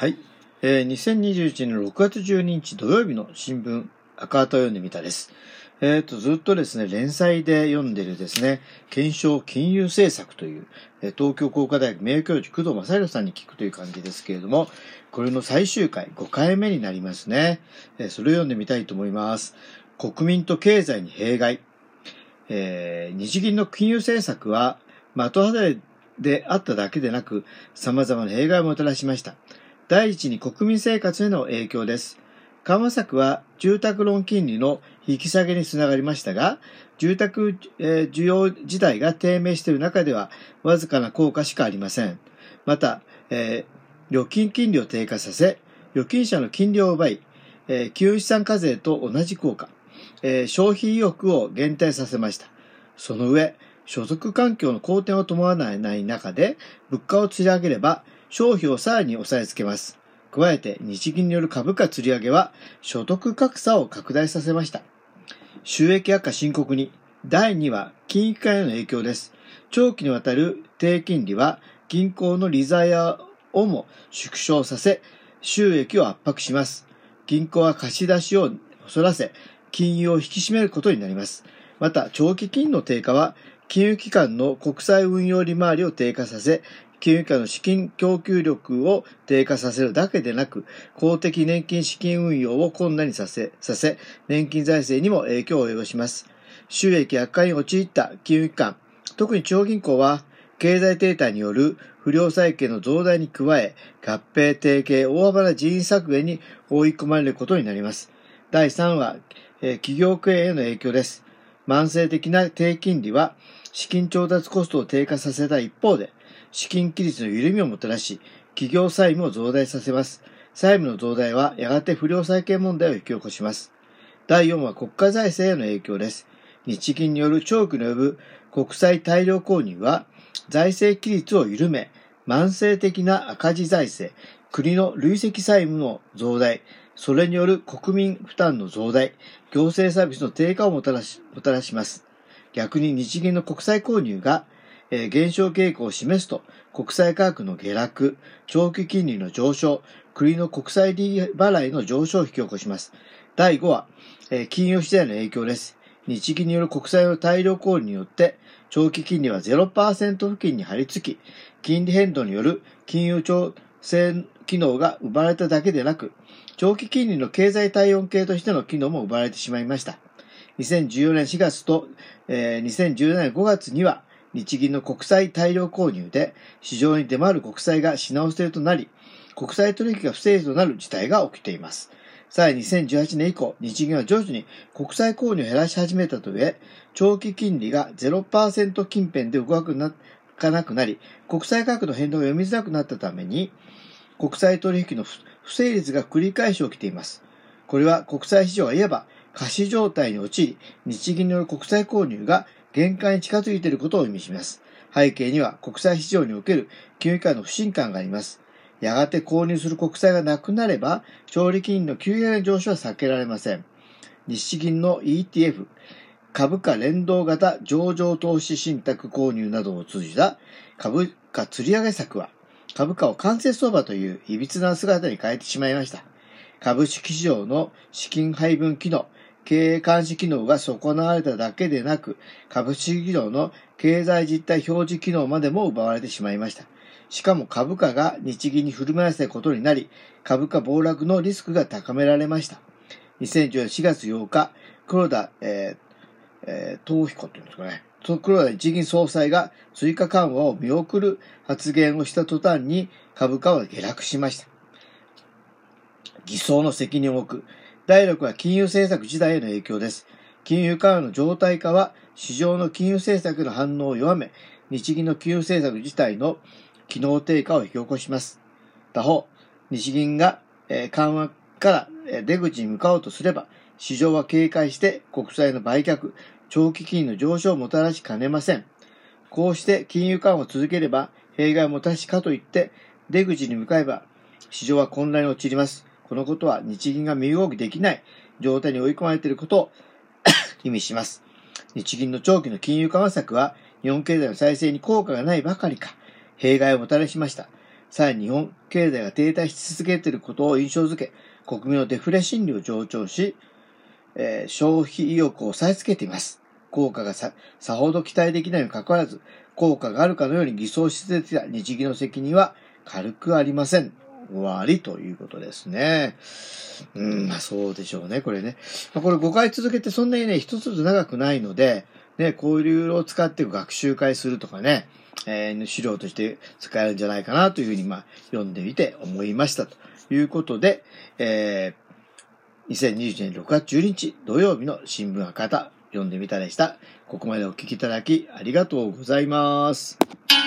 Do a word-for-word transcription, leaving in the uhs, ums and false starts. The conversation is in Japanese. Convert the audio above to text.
はい、えー、にせんにじゅういちねんろくがつじゅうににち土曜日の新聞赤旗を読んでみたです。えーと、ずっとですね、連載で読んでるですね、検証金融政策という、えー、東京工科大学名誉教授工藤正宏さんに聞くという感じですけれども、これの最終回ごかいめになりますね。えー、それを読んでみたいと思います。国民と経済に弊害。えー、日銀の金融政策は的外れであっただけでなく、様々な弊害をもたらしました。第一に国民生活への影響です。緩和策は住宅ローン金利の引き下げにつながりましたが、住宅、えー、需要自体が低迷している中ではわずかな効果しかありません。また、えー、預金金利を低下させ、預金者の金利を奪い、えー、金融資産課税と同じ効果、えー、消費意欲を減退させました。その上、所得環境の好転を伴わない中で、物価を釣り上げれば、消費をさらに抑えつけます。加えて、日銀による株価釣り上げは、所得格差を拡大させました。収益悪化深刻に。だいには、金融機関への影響です。長期にわたる低金利は、銀行の利ザヤをも縮小させ、収益を圧迫します。銀行は貸し出しをそらせ、金融を引き締めることになります。また、長期金利の低下は、金融機関の国債運用利回りを低下させ、金融機関の資金供給力を低下させるだけでなく、公的年金資金運用を困難にさせ、させ、年金財政にも影響を及ぼします。収益悪化に陥った金融機関、特に地方銀行は、経済停滞による不良債権の増大に加え、合併提携、大幅な人員削減に追い込まれることになります。だいさんは、えー、企業経営への影響です。慢性的な低金利は、資金調達コストを低下させた一方で、資金規律の緩みをもたらし、企業債務を増大させます。債務の増大はやがて不良債権問題を引き起こします。だいよんは国家財政への影響です。日銀による長期に及ぶ国債大量購入は、財政規律を緩め、慢性的な赤字財政、国の累積債務の増大、それによる国民負担の増大、行政サービスの低下をもたらし、もたらします。逆に日銀の国債購入が、えー、減少傾向を示すと、国債価格の下落、長期金利の上昇、国の国債利払いの上昇を引き起こします。だいごは、えー、金融市場への影響です。日銀による国債の大量購入によって、長期金利は ゼロパーセント 付近に張り付き、金利変動による金融調整機能が奪われただけでなく、長期金利の経済体温計としての機能も奪われてしまいました。にせんじゅうよねんしがつと、えー、にせんじゅうななねんごがつには、日銀の国債大量購入で市場に出回る国債が品薄となり、国債取引が不正となる事態が起きています。さらににせんじゅうはちねん以降、日銀は徐々に国債購入を減らし始めたとえ、長期金利が ゼロパーセント 近辺で動かなくなり、国債価格の変動が読みづらくなったために、国債取引の不成立が繰り返し起きています。これは国債市場がいわば仮死状態に陥り、日銀による国債購入が限界に近づいていることを意味します。背景には国債市場における金融機関の不信感があります。やがて購入する国債がなくなれば、長期金利の急激な上昇は避けられません。日銀の イーティーエフ、株価連動型上場投資信託購入などを通じた株価釣り上げ策は、株価を間接相場という歪な姿に変えてしまいました。株式市場の資金配分機能、経営監視機能が損なわれただけでなく、株式市場の経済実態表示機能までも奪われてしまいました。しかも株価が日銀に振る舞わせたことになり、株価暴落のリスクが高められました。にせんじゅうよねんしがつようか、黒田、えーえー、東彦っていうんですかね。その黒田日銀総裁が追加緩和を見送る発言をした途端に株価は下落しました。偽装の責任を重く、だいろくは金融政策自体への影響です。金融緩和の常態化は市場の金融政策の反応を弱め、日銀の金融政策自体の機能低下を引き起こします。他方、日銀が緩和から出口に向かおうとすれば、市場は警戒して国債の売却、長期金利の上昇をもたらしかねません。こうして金融緩和を続ければ、弊害をもたらしかといって出口に向かえば、市場は混乱に陥ります。このことは日銀が身動きできない状態に追い込まれていることを意味します。日銀の長期の金融緩和策は日本経済の再生に効果がないばかりか、弊害をもたらしました。 さらに日本経済が停滞し続けていることを印象づけ、国民のデフレ心理を助長し、えー、消費意欲を抑えつけています。効果が さ, さほど期待できないにもかかわらず、効果があるかのように偽装し続けていた日銀の責任は軽くありません。終わりということですね。うん、まあそうでしょうね、これね。まあ、これごかい続けてそんなにね、一つずつ長くないので、ね、こういうのを使って学習会するとかね、えー、資料として使えるんじゃないかなというふうに、まあ、読んでみて思いましたということで、えー、にせんにじゅういちねんろくがつじゅうににち土曜日の新聞赤旗読んでみたでした。ここまでお聞きいただきありがとうございます。